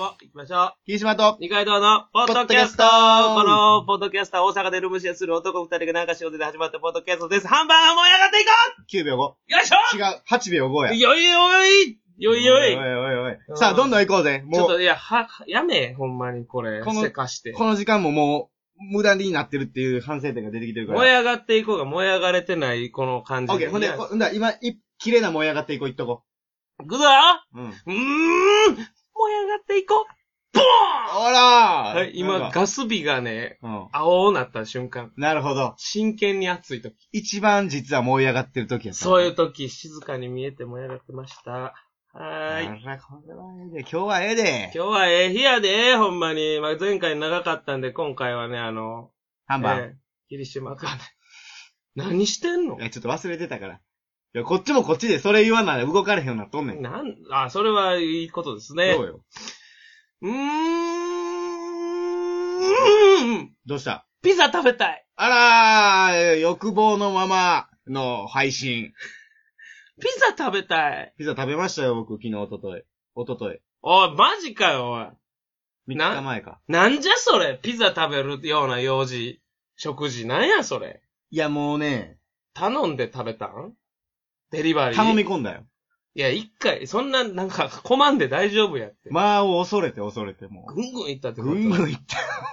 行きましょう。 霧島と、 二階堂のポッドキャスト。このポッドキャストは大阪でルームシェアする男二人がなんか仕事で始まったポッドキャストです。ハンバーガー燃え上がっていこ 9秒5。 うよいしょ違う、8秒5や。 よいよいよいよいおいおいおい。さあ、どんどん行こうぜ。もう、 ちょっと、やめ、ほんまにこれ、せかして。 この時間ももう、無駄になってるっていう反省点が出てきてるから。 燃え上がっていこうが燃え上がれてないこの感じ。 オッケー、ほんで、今、綺麗な燃え上がっていこう、いっとこいくぞう。うん。 燃え上がっていこうボーンほらはい、今、ガス火がね、 うん。 青なった瞬間。 なるほど。 真剣に熱い時。 一番実は燃え上がってる時やった。 そういう時、静かに見えて燃え上がってました。はーい。 あら、これはええで。今日はええで。 今日はええ日やで、ほんまに。まあ、前回長かったんで、今回はね、 ハンバー。 霧島かね。何してんのいや、ちょっと忘れてたから。いや、こっちもこっちでそれ言わないで動かれへんようになっとんねん。 それはいいことですね。 そうよ。どうしたピザ食べたい。 あらー、欲望のままの配信。 ピザ食べたい。 ピザ食べましたよ、僕、昨日、おととい。 おい、マジかよ、おい。 3日前か。 なんじゃそれ。ピザ食べるような用事、食事、なんやそれ。 いや、もうね。 頼んで食べたんデリバリー。 頼み込んだよ。 いや、一回、そんな、なんか、困んで大丈夫やって。 まあ、恐れてもう。 ぐんぐん行ったってこと。 ぐんぐん行った。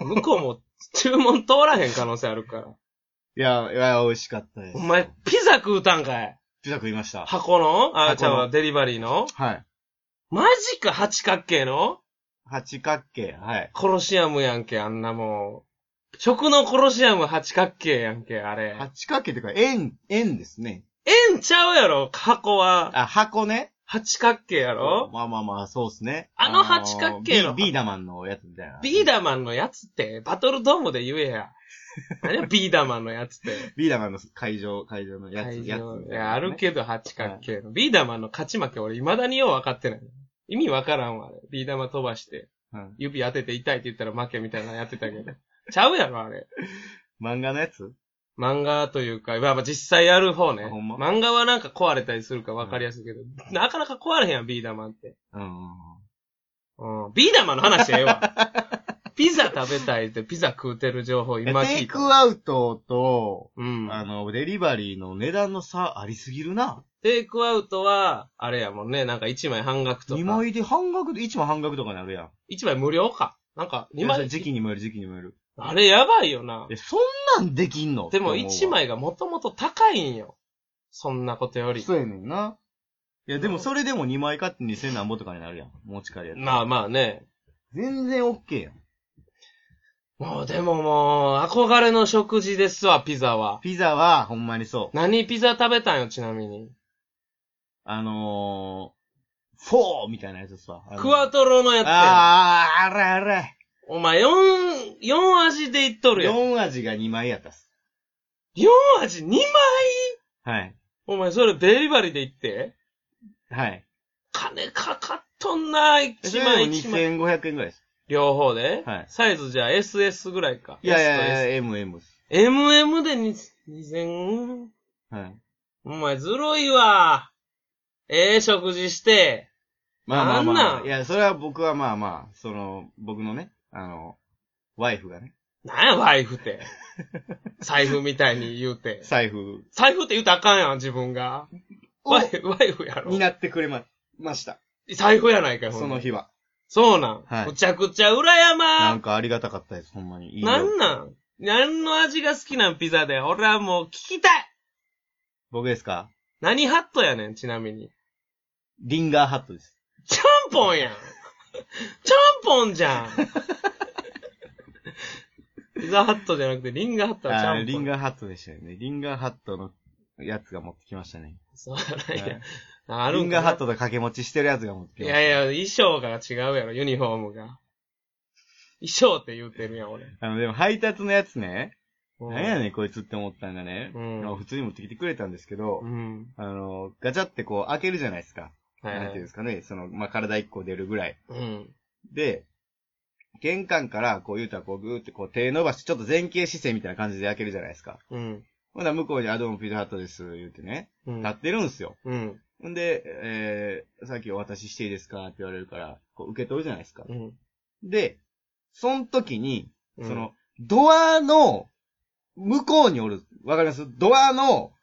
向こうも、注文通らへん可能性あるから。 いや、美味しかったです。 お前、ピザ食うたんかい。 ピザ食いました。 箱のデリバリーのはい。 マジか、八角形の八角形、はい。 コロシアムやんけ、あんなもう。食のコロシアム八角形やんけ、あれ。 八角形っていうか、円ですね。 円ちゃうやろ、箱は。 箱ね。 八角形やろまあ、そうっすね。 八角形の。 ビーダマンのやつみたいな。 ビーダマンのやつって、バトルドームで言えや。何や、ビーダマンのやつって。 ビーダマンの会場のやつ。 いや、あるけど八角形の。ビーダマンの勝ち負け俺未だによう分かってない。意味わからんわ、あれ。ビー玉飛ばして。指当てて痛いって言ったら負けみたいなのやってたけど。ちゃうやろ、あれ。 漫画のやつ？ 漫画というか、実際やる方ね。 ほんま？ 漫画はなんか壊れたりするか分かりやすいけど、なかなか壊れへんやん、ビー玉って。ビー玉の話ええわ。ピザ食べたいってピザ食うてる情報今聞いた。 テイクアウトと、 うん。 デリバリーの値段の差ありすぎるな。 テイクアウトは、あれやもんね、なんか1枚半額とか。 2枚で半額で1枚半額とかになるやん。 1枚無料か。なんか2枚。 時期にもよる。 あれやばいよな。 そんなんできんの？ でも1枚がもともと高いんよ。そんなことより。 そうやねんな。いや、でもそれでも2枚買って2000何ぼとかになるやん。持ち帰りやつ。 まあね。 全然 OK やん。 でも憧れの食事ですわ、ピザは。 ピザは、ほんまにそう。 何ピザ食べたんよ、ちなみに。 フォーみたいなやつですわ。 クワトロのやつや。 あれ。 お前4味でいっとるやん。 4味が2枚やったっす。 4味2枚？ はい。 お前それデリバリーで行って？ はい。 金かかっとんな、1枚1枚。 2500円ぐらいです。 両方で？ はい。 サイズじゃあ SS ぐらいか。 いや、MM です。 MM で2000？ はい。 お前ずるいわ。食事して。 まあ。 なん？ いや、それは僕は僕のね、ワイフがね。 なんや、ワイフって。財布みたいに言うて。 財布って言うたらあかんやん、自分が。ワイフやろ。 になってくれました。 財布やないかよ、 その日は。 そうなん。 はい。 むちゃくちゃ羨ま。 なんかありがたかったです、ほんまに。 なん何の味が好きなんピザで。俺はもう聞きたい。 僕ですか？ 何ハットやねん、ちなみに。 リンガーハットです。 ちゃんぽんやん。ちゃんぽんじゃん。ピザハットじゃなくてリンガーハットはちゃんぽん。 リンガーハットでしたよね。リンガーハットのやつが持ってきましたね。 そうなんや。 リンガーハットと掛け持ちしてるやつが持ってきました。 いや、衣装が違うやろ、ユニフォームが。衣装って言うてるやん、俺。 でも配達のやつね。なんやねん、こいつって思ったんがね。普通に持ってきてくれたんですけど、ガチャってこう開けるじゃないですか。なんていうんですかね。体1個出るぐらい。で、玄関からこう言うたらこうぐーってこう手伸ばしてちょっと前傾姿勢みたいな感じで開けるじゃないですか。ほんなら向こうにどうもピザハットです、言うてね。立ってるんすよ。 んで、さっきお渡ししていいですかって言われるから、こう受け取るじゃないですか。うん、で、その時に、ドアの、向こうにおる、わかります？ドア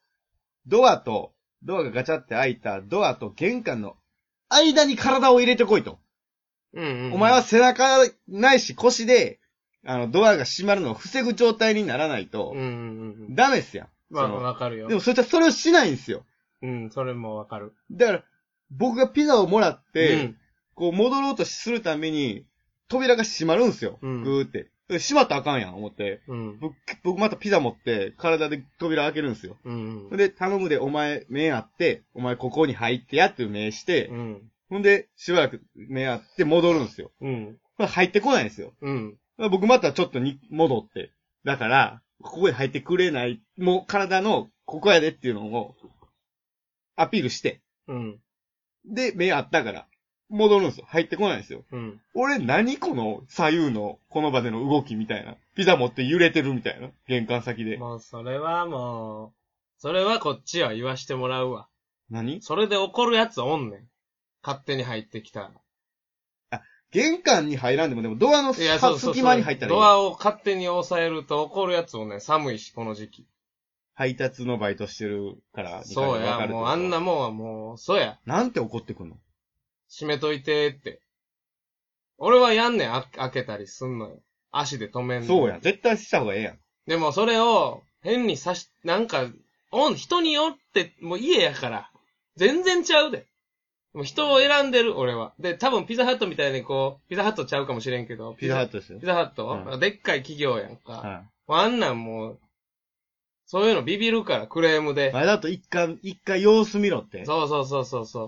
がガチャって開いたドアと玄関の間に体を入れてこいと。お前は背中ないし腰で、ドアが閉まるのを防ぐ状態にならないと、ダメっすやん。 わかるよ。 でもそれをしないんですよ。 うん、それもわかる。 だから、僕がピザをもらって、こう戻ろうとするために、扉が閉まるんですよ。ぐーって。閉まったらあかんやん、思って。僕またピザ持って、体で扉開けるんですよ。で、頼むで、お前目あって、お前ここに入ってやっていう名して、ほんで、しばらく目あって戻るんですよ。入ってこないんですよ。僕またちょっと戻って。だから、ここに入ってくれない、もう体のここやでっていうのを、アピールして。で、目あったから。戻るんですよ。入ってこないんですよ。俺何この左右のこの場での動きみたいな。ピザ持って揺れてるみたいな。玄関先で。 もうそれはこっちは言わしてもらうわ。 何？ それで怒るやつおんねん。勝手に入ってきたら。 あ、玄関に入らんでもドアの隙間に入ったらいい。 ドアを勝手に押さえると怒るやつおんねん。寒いし、この時期。 配達のバイトしてるから。 そうや、もうあんなもんはもう、そうや。 なんて怒ってくんの？ 閉めといてって。俺はやんねん、開けたりすんのよ。足で止めんの。 そうやん。絶対した方がええやん。 でもそれを、変になんか、人によって、もう家やから。全然ちゃうで。もう人を選んでる、俺は。で、多分ピザハットみたいにピザハットちゃうかもしれんけど。 ピザハットですよ。 ピザハット、でっかい企業やんか。あんなんもう、そういうのビビるから、クレームで。 あれだと一回様子見ろって。 そう。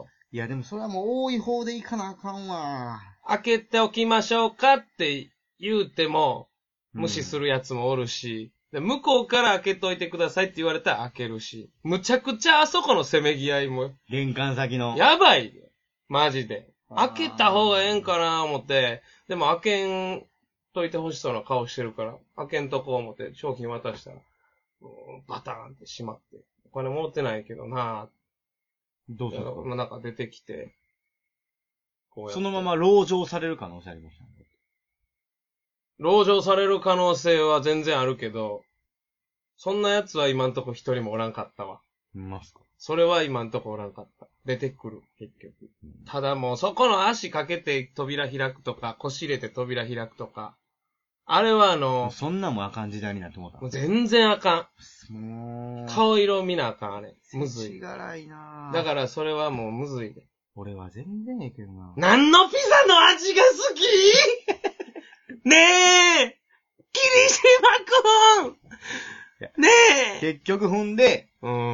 いや、でもそれはもう多い方でいかなあかんわ。 開けておきましょうかって言うても、無視するやつもおるし、で向こうから開けといてくださいって言われたら開けるし、むちゃくちゃあそこのせめぎ合いも。 玄関先の。 やばいよ。マジで。開けた方がええんかな思って、でも開けんといてほしそうな顔してるから、開けんとこ思って商品渡したら、バターンって閉まって、お金持ってないけどなぁ。 どうするの？ なんか出てきて、 そのまま籠城される可能性ありましたね。 籠城される可能性は全然あるけど、そんな奴は今んとこ一人もおらんかったわ。 いますか？ それは今んとこおらんかった。出てくる、結局。ただもうそこの足かけて扉開くとか、腰入れて扉開くとか、あれはそんなんもあかん時代になって思った。 もう全然あかん。顔色見なあかん、あれ。むずい。 がらいなだからそれはもうむずいで。 俺は全然ええけどな。 何のピザの味が好きねえ霧島くんねえ結局踏んで、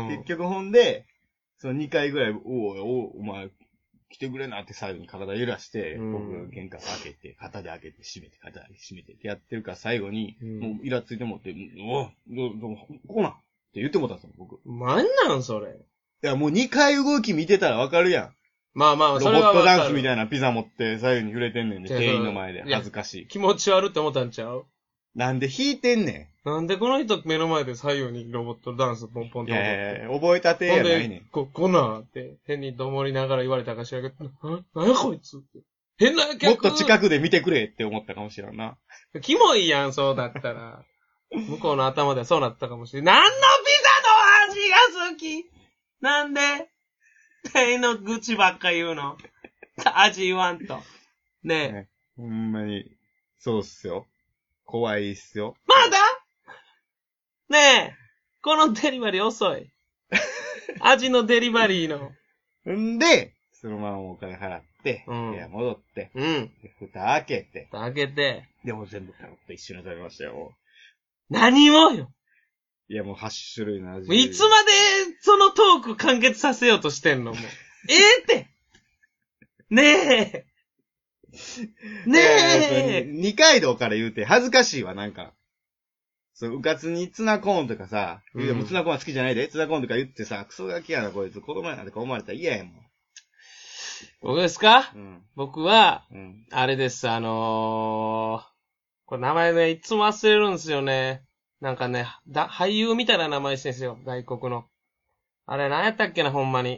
その2回ぐらい、お前、来てくれなって最後に体揺らして、僕、玄関開けて、肩で開けて、閉めて、肩で閉めてってやってるから最後に、もうイラついてもって、ここなって言ってもったんですよ、僕。 なんなんそれ。 いや、もう2回動き見てたらわかるやん。 まあまあ、それはロボットダンスみたいなピザ持って左右に触れてんねんで、店員の前で。恥ずかしい。 気持ち悪って思ったんちゃう？ なんで弾いてんねん。なんでこの人目の前で左右にロボットダンスポンポンと。 いや覚えたてやないねん。 こんなって、変にどもりながら言われたかしらけど、なんやこいつって。変な客。 もっと近くで見てくれって思ったかもしれんな。 キモいやん、そうだったら。向こうの頭ではそうなったかもしれん。何のピザの味が好きなんで店員の愚痴ばっか言うの。味言わんと。ねえ。 ほんまに、そうっすよ。怖いっすよ。 まだねえ。このデリバリー遅い。味のデリバリーの。 んで、そのままお金払って、部屋戻って、蓋開けて。でも全部ペロッと一緒に食べましたよ。 何をよ。 いやもう8種類の味。 いつまでそのトーク完結させようとしてんのもう。って。ねえ。ねえ。 二階堂から言うて恥ずかしいわ、なんか。うかつにツナコーンとかさ、でもツナコーンは好きじゃないで、ツナコーンとか言ってさ、クソガキやなこいつ、子供やなとか思われたら嫌やもん。 僕ですか？僕は、あれです、これ名前ね、いつも忘れるんですよね。なんかね、俳優みたいな名前してんすよ、外国の。あれ、何やったっけな、ほんまに。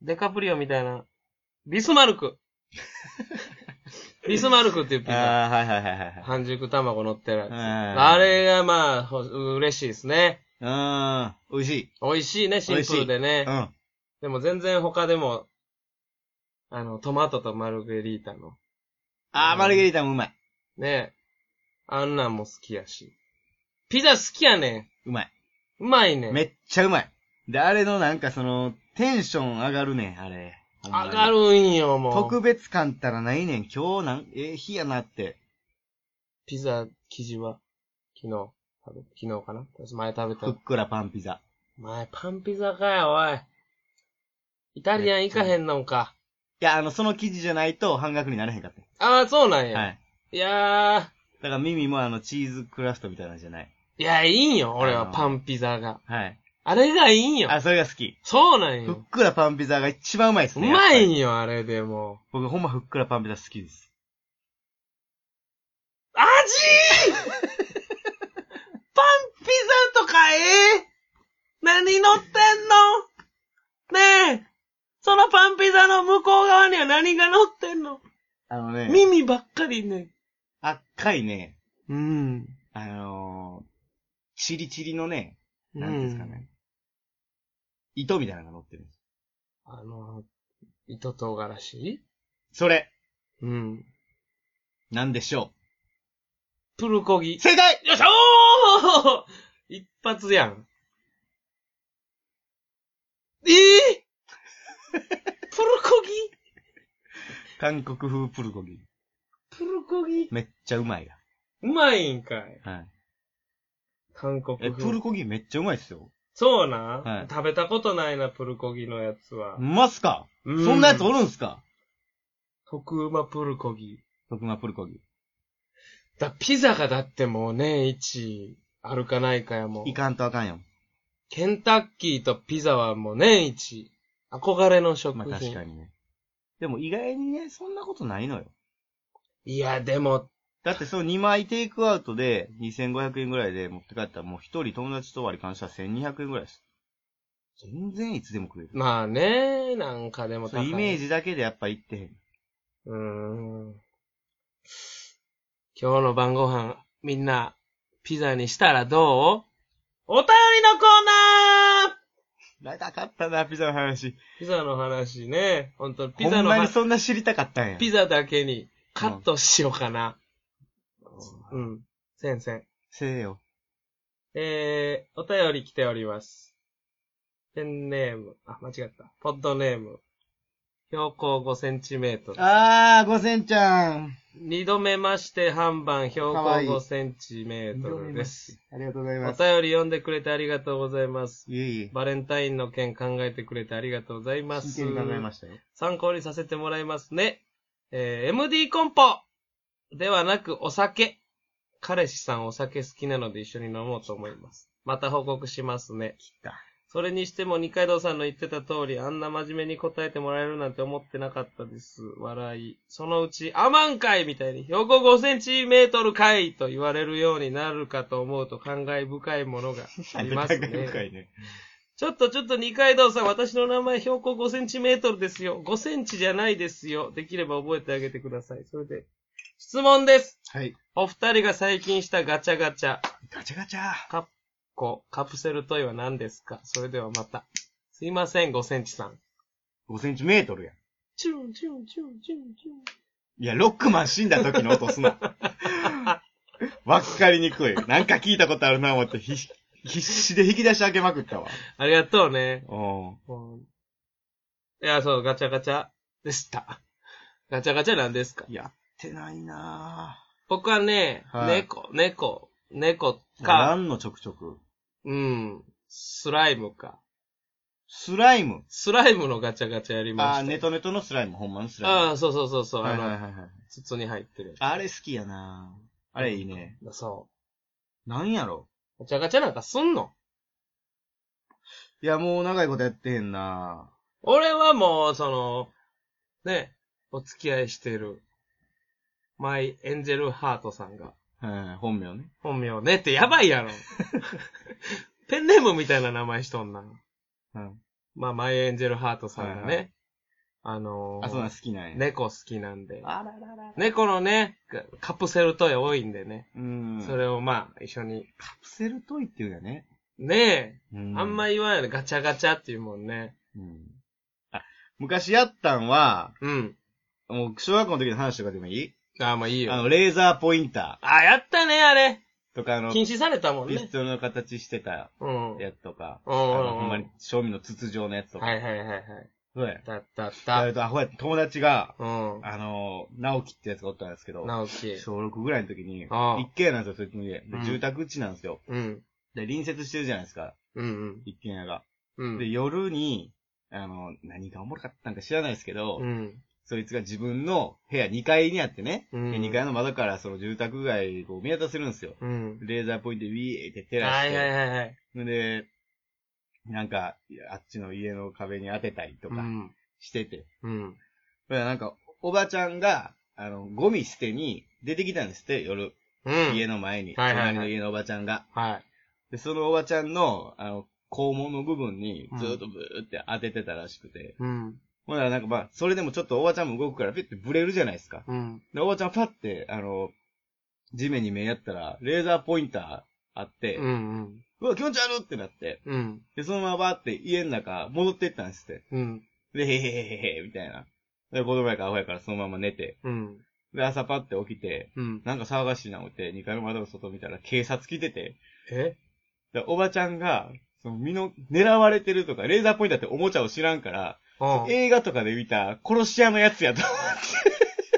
デカプリオみたいな、ビスマルク。ビスマルクっていうピザ。 はいはいはいはい。 半熟卵乗ってるやつ。あれがまあ、嬉しいですね。 美味しい。 美味しいね、シンプルでね。うん。でも全然他でも、トマトとマルゲリータの。 マルゲリータもうまい。 ねあんなんも好きやし。ピザ好きやねん。うまい。 うまいねん。 めっちゃうまい。で、あれのなんかテンション上がるねん、あれ。 上がるんよ、もう。 特別感ったらないねん。今日日やなって。 ピザ生地は、昨日かな前食べた。 ふっくらパンピザ。 前パンピザかよ、おい。イタリアン行かへんのか。 いや、その生地じゃないと半額になれへんかった。 ああ、そうなんや。 はい。 いやー。だから耳もチーズクラストみたいなんじゃない。 いや、いいんよ、俺はパンピザが。 はい。 あれがいいんよ。 それが好き。 そうなんよ。 ふっくらパンピザが一番うまいっすね。 うまいんよ、あれでも。 僕ほんまふっくらパンピザ好きです。 パンピザとか何乗ってんのねえ。そのパンピザの向こう側には何が乗ってんの耳ばっかりね。 赤いね。 うん。 チリチリのね、なんですかね。糸みたいなのが乗ってるんです。 糸唐辛子それ。 うん。 なんでしょう。 プルコギ。 正解よっしゃおー一発やん。プルコギ韓国風プルコギ。 プルコギめっちゃうまいや。 うまいんかい。 はい。 韓国風。 プルコギめっちゃうまいっすよ。 そうな、 はい、 食べたことないな、プルコギのやつは。 うまっすか、そんなやつおるんすか特うまプルコギ。 特うまプルコギ。 ピザがだってもう年一あるかないかやもん。 いかんとあかんよ。 ケンタッキーとピザはもう年一憧れの食品。 まあ確かにね。でも意外にね、そんなことないのよ。 いや、でも。 だって2枚テイクアウトで2500円ぐらいで持って帰ったらもう一人友達と割り勘したら1200円ぐらいです。全然いつでも食える。 まあね、なんかでも高い。イメージだけでやっぱ言ってへん。 今日の晩ご飯、みんな、ピザにしたらどう？お便りのコーナー長かったな、ピザの話。 ピザの話ね。ほんと、ピザの話。 ほんまにそんな知りたかったんや。 ピザだけにカットしようかな。うん。先生。 せえよ。 お便り来ております。ペンネーム。間違った。ポッドネーム。標高5センチメートル。 5センちゃん。 二度目まして半番標高5センチメートルです。 ありがとうございます。 お便り読んでくれてありがとうございます。 いえいえ。 バレンタインの件考えてくれてありがとうございます。 真剣に考えましたよ。 参考にさせてもらいますね。MD コンポではなくお酒。彼氏さんお酒好きなので一緒に飲もうと思います。また報告しますね。 来た。 それにしても二階堂さんの言ってた通り、あんな真面目に答えてもらえるなんて思ってなかったです。笑い。そのうち、アマン会みたいに、標高5センチメートル会と言われるようになるかと思うと感慨深いものがありますね。感慨深いね。ちょっと二階堂さん、私の名前標高5センチメートルですよ。5センチじゃないですよ。できれば覚えてあげてください。それで、質問です。 はい。 お二人が最近したガチャガチャ。 ガチャガチャ。 カプセルトイは何ですか？それではまた。すいません、5センチさん。 5センチメートルや。 チュンチュンチュンチュンチュン。 いや、ロックマン死んだ時の音すな。わかりにくい。なんか聞いたことあるな思って必死で引き出し開けまくったわ。 ありがとうね。 いや、そう、ガチャガチャでした。ガチャガチャ何ですか？ やってないなぁ。 僕はね、 はい、 猫か。 何のちょくちょく。 スライムか。 スライムのガチャガチャやりました。 ネトのスライム、ほんまのスライム。 そう。 はい。 筒に入ってる。 あれ好きやなあれいいね。 そう。 なんやろガチャガチャなんかすんの？ いや、もう長いことやってへんな俺はもう、お付き合いしてる、マイエンジェルハートさんが。 本名ね。 本名ってやばいやろ。ペンネームみたいな名前しとんな。 まあ、マイエンジェルハートさんがね、 はいはいそうなん好きなんや。 猫好きなんで。 あららら。 猫のね、カプセルトイ多いんでね。それを。 をまあ、一緒に。 カプセルトイっていうよね。 ねえ。あんまり。 言わないでガチャガチャっていうもんね。 昔やったんは、 うん。 もう、小学校の時の話とかでもいい？ まあいいよ。 レーザーポインター。やったね、あれ。 とか禁止されたもんね。 ピストルの形してたやつとか。ほんまに、正味の筒状のやつとか。 はいはいはいはい。 そうや。 だった。 アホや友達が、 直樹ってやつがおったんですけど、 直樹。 小6ぐらいの時に、一軒家なんですよ、そっちで。住宅地なんですよ。で、隣接してるじゃないですか。一軒家が。で、夜に、何がおもろかったんか知らないですけど、そいつが自分の部屋2階にあってね、2階の窓からその住宅街を見渡せるんですよ。レーザーポイントでウィーって照らして。 はい。 で、なんか、あっちの家の壁に当てたりとかしてて。なんか、おばちゃんが、ゴミ捨てに出てきたんですって、夜。家の前に。隣の家のおばちゃんが。で、そのおばちゃんの、肛門の部分にずーっとブーって当ててたらしくて。ほら、なんかまあ、それでもちょっとおばちゃんも動くからピッてブレるじゃないですか。で、おばちゃんパッて、地面に目やったら、レーザーポインターあって、うわ、気持ち悪ってなって、で、そのままバーって家の中戻っていったんですって。で、へへへへへ、みたいな。で、子供やからアホやからそのまま寝て、で、朝パッて起きて、なんか騒がしいな思って、2階の窓の外見たら警察来てて、で、おばちゃんが、狙われてるとか、レーザーポインターっておもちゃを知らんから、映画とかで見た殺し屋のやつやと思って。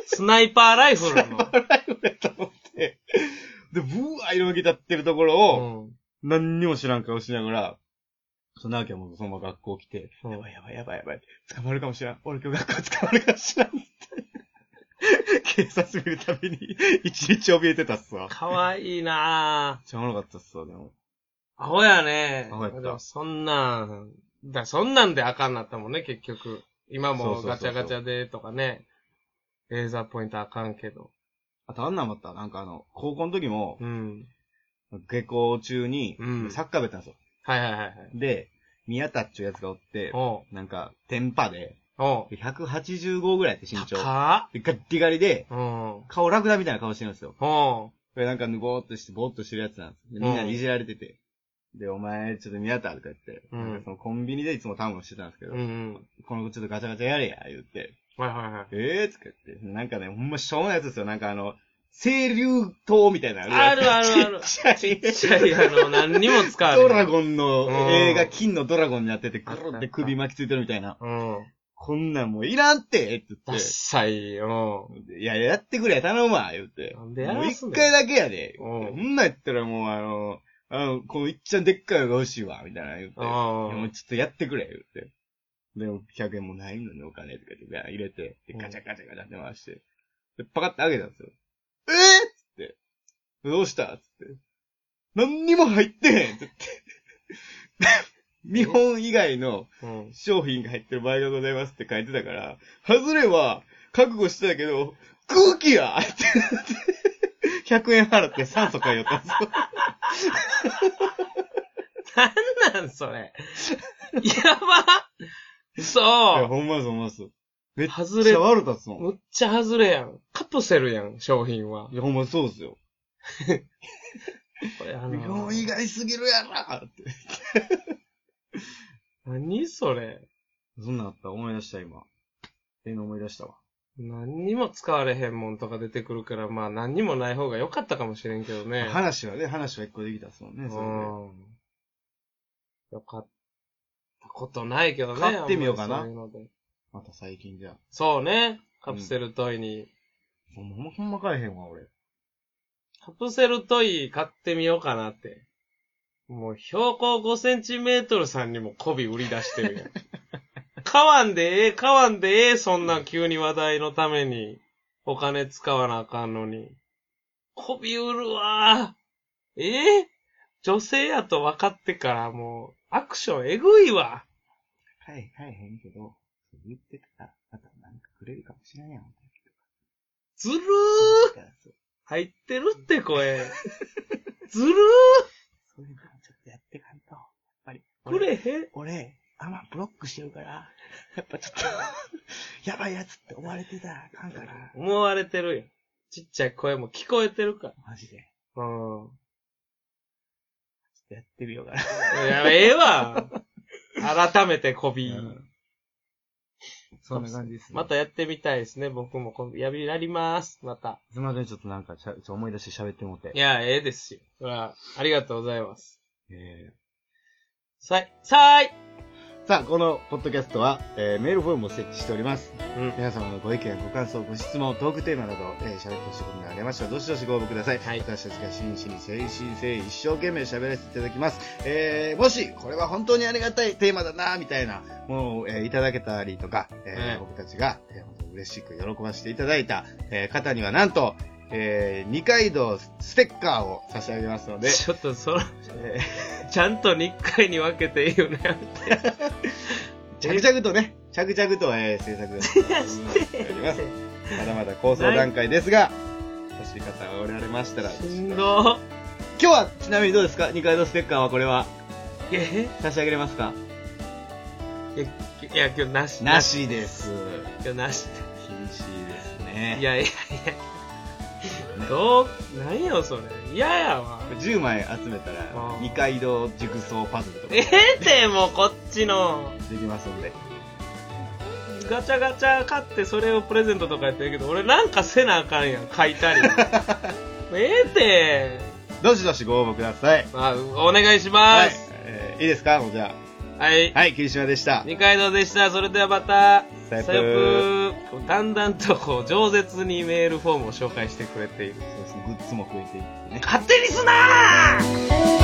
スナイパーライフルの。 スナイパーライフルやと思って。で、ブワー色抜き立ってるところを、何にも知らん顔しながら、直樹はもうそのまま学校来て、やばい。捕まるかもしらん。俺今日学校捕まるかもしらんって。警察見るたびに、一日怯えてたっすわ。 かわいいなぁ。 めっちゃおもろかったっすわ、でも。 アホやね。 アホやった。 そんなんであかんなったもんね、結局。今もガチャガチャでとかね。レーザーポイントあかんけど。 あとあんなんもあった。なんか高校の時も、下校中に、サッカー部やったんですよ。 はい。 で、宮田っちゅうやつがおって、なんか、天パで、185ぐらいって身長。ガッリガリで、顔ラクダみたいな顔してるんですよ。これなんかぬごーっとして、ぼーっとしてるやつなんです。みんなにいじられてて。で、お前、ちょっと宮田とか言って、なんかそのコンビニでいつもタムしてたんですけど、この子ちょっとガチャガチャやれや、言って。 とか言って、なんかね、ほんましょうもないやつですよ。なんか清流島みたいな。 ある。ちっちゃい何にも使わない。 ドラゴンの映画、金のドラゴンになってて、ぐるって首巻きついてるみたいな。こんなんもういらんってって言って。 ダッサいよ。 いや、やってくれ、頼むわ、言って。 なんでやもうらすねん。 一回だけやで。こんなんやったらもうこのいっちゃんでっかいのが欲しいわ、みたいな言って。もうちょっとやってくれ、言って。でも、100円もないのにお金とか言って、入れて、で、ガチャガチャって回して。で、パカって開けたんですよ。つって。どうしたつって。何にも入ってへんつって。日本以外の商品が入ってる場合がございますって書いてたから、外れは覚悟してたけど、空気やって100円払って酸素買いよったんですよ。 なんそれ。やばそう。いや、 ほんまです。めっちゃ悪立つもん。 むっちゃ外れやん。カプセルやん、商品は。 いや、ほんまそうですよ。 これ日本以外すぎるやろって。 何それ。 そんなんあった思い出した今。思い出したわ。 何にも使われへんもんとか出てくるから、まあ何にもない方が良かったかもしれんけどね。 話は一個できたっすもんね、それで。 よかったことないけどね。 買ってみようかな。また最近じゃ。 そうね。カプセルトイに。 ほんま買えへんわ、俺。 カプセルトイ買ってみようかなって。もう標高5センチメートルさんにも媚び売り出してるやん。買わんでええ、そんな急に話題のためにお金使わなあかんのに。媚び売るわー。女性やと分かってからもう、アクションえぐいわ。 買えへんけど、言ってたら、またなんかくれるかもしれんやん。 ずるー入ってるって声。ずるーそういうのちょっとやってかんと。やっぱり。 くれへん俺、 ブロックしてるから、やっぱちょっと、やばいやつって思われてたらあかんから。 思われてるよ。ちっちゃい声も聞こえてるから。 マジで。 うん。ちょっとやってみようかな。 いや、ええわ。改めてこび。 そんな感じです、ね。 またやってみたいですね。僕もやります。また。 すみません、ちょっとなんか思い出して喋ってもって。 いや、ええですよ。そら、ありがとうございます。さいさあ、このポッドキャストは、メールフォームを設置しております。皆様のご意見、ご感想、ご質問、トークテーマなど、喋ってほしいことがありましたら、どしどしご応募ください。はい、私たちが真摯に誠心誠意一生懸命喋らせていただきます。もし、これは本当にありがたいテーマだな、みたいなものを、いただけたりとか、僕たちが、本当に嬉しく喜ばせていただいた、方には、なんと、二階堂ステッカーを差し上げますので。 ちょっとちゃんと2回に分けて言うのやめて。 着々とね、制作がしております。まだまだ構想段階ですが、欲しい方がおられましたら。 しんど。 今日はちなみにどうですか？二階堂ステッカーはこれは。差し上げれますか？ いや、今日なし。 なしです。 今日なし。 厳しいですね。 いや。何よそれ。嫌やわ。 10枚集めたら、二階堂熟層パズルとか。 もうこっちの。 できますんで。 ガチャガチャ買ってそれをプレゼントとかやってるけど、俺なんかせなあかんやん。書いたり。 どしどしご応募ください。 お願いします。 はい。いいですか？もうじゃあ。はい。はい、霧島でした。 二階堂でした。それではまた。 さよぷー。 だんだんと饒舌にメールフォームを紹介してくれている。 そうですね。グッズも増えていってね。 勝手にすなー